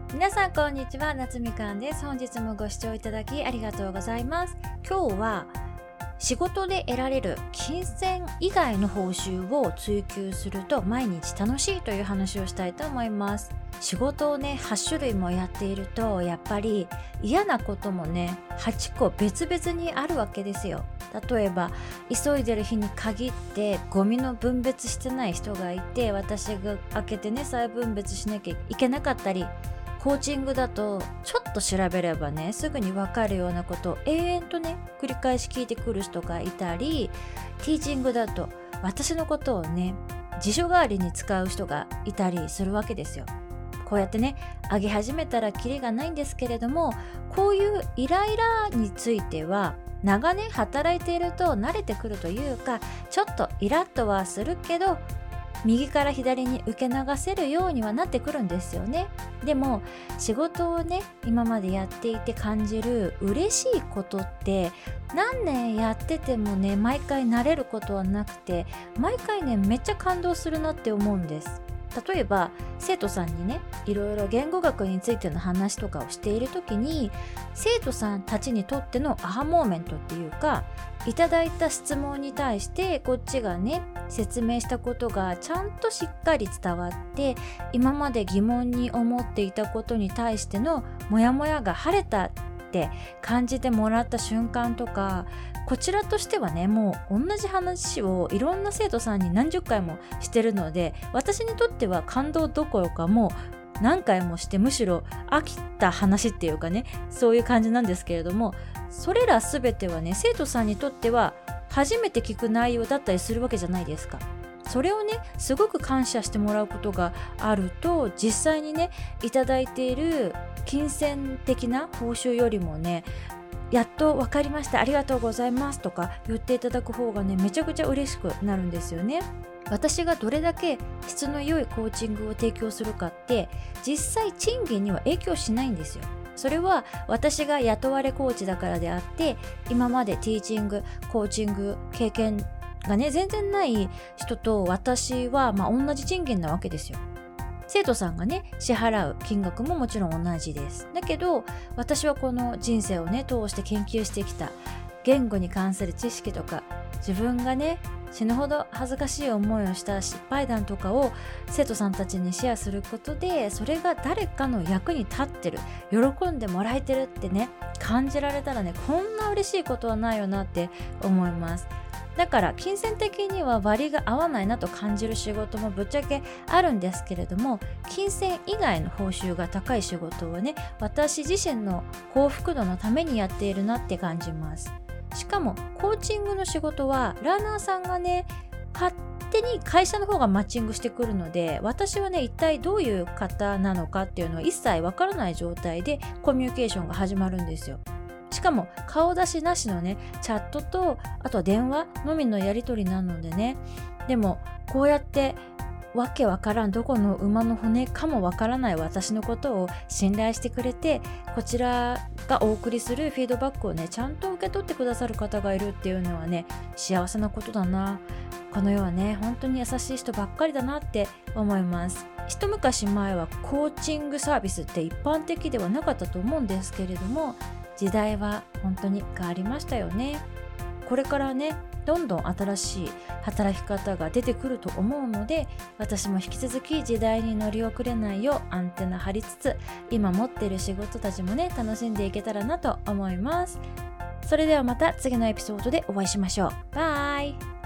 皆さんこんにちは、夏みかんです。本日もご視聴いただきありがとうございます。今日は仕事で得られる金銭以外の報酬を追求すると毎日楽しいという話をしたいと思います。仕事をね、8種類もやっているとやっぱり嫌なこともね、8個別々にあるわけですよ。例えば急いでる日に限ってゴミの分別してない人がいて、私が開けてね再分別しなきゃいけなかったり、コーチングだとちょっと調べればねすぐに分かるようなことを永遠とね繰り返し聞いてくる人がいたり、ティーチングだと私のことをね辞書代わりに使う人がいたりするわけですよ。こうやってね上げ始めたらキリがないんですけれども、こういうイライラについては長年働いていると慣れてくるというか、ちょっとイラッとはするけど右から左に受け流せるようにはなってくるんですよね。でも仕事をね今までやっていて感じる嬉しいことって何年やっててもね毎回慣れることはなくて、毎回ねめっちゃ感動するなって思うんです。例えば生徒さんにねいろいろ言語学についての話とかをしている時に、生徒さんたちにとってのアハモーメントっていうか、いただいた質問に対してこっちがね説明したことがちゃんとしっかり伝わって、今まで疑問に思っていたことに対してのモヤモヤが晴れたって感じてもらった瞬間とか、こちらとしてはねもう同じ話をいろんな生徒さんに何十回もしてるので、私にとっては感動どころかもう何回もして、むしろ飽きた話っていうかね、そういう感じなんですけれども、それら全てはね生徒さんにとっては初めて聞く内容だったりするわけじゃないですか。それをねすごく感謝してもらうことがあると、実際にねいただいている金銭的な報酬よりもね、やっと分かりましたありがとうございますとか言っていただく方がねめちゃくちゃ嬉しくなるんですよね。私がどれだけ質の良いコーチングを提供するかって実際賃金には影響しないんですよ。それは私が雇われコーチだからであって、今までティーチングコーチング経験がね全然ない人と私は同じ賃金なわけですよ。生徒さんがね支払う金額ももちろん同じです。だけど私はこの人生をね通して研究してきた言語に関する知識とか、自分がね死ぬほど恥ずかしい思いをした失敗談とかを生徒さんたちにシェアすることで、それが誰かの役に立ってる、喜んでもらえてるってね感じられたらね、こんな嬉しいことはないよなって思います。だから金銭的には割が合わないなと感じる仕事もぶっちゃけあるんですけれども、金銭以外の報酬が高い仕事はね私自身の幸福度のためにやっているなって感じます。しかもコーチングの仕事はラーナーさんがね勝手に会社の方がマッチングしてくるので、私はね一体どういう方なのかっていうのは一切わからない状態でコミュニケーションが始まるんですよ。しかも顔出しなしのねチャットとあとは電話のみのやり取りなのでね、でもこうやってわけわからんどこの馬の骨かもわからない私のことを信頼してくれて、こちらがお送りするフィードバックをねちゃんと受け取ってくださる方がいるっていうのはね幸せなことだな。この世はね本当に優しい人ばっかりだなって思います。一昔前はコーチングサービスって一般的ではなかったと思うんですけれども、時代は本当に変わりましたよね。これからねどんどん新しい働き方が出てくると思うので、私も引き続き時代に乗り遅れないようアンテナ張りつつ、今持っている仕事たちもね楽しんでいけたらなと思います。それではまた次のエピソードでお会いしましょう。バイ。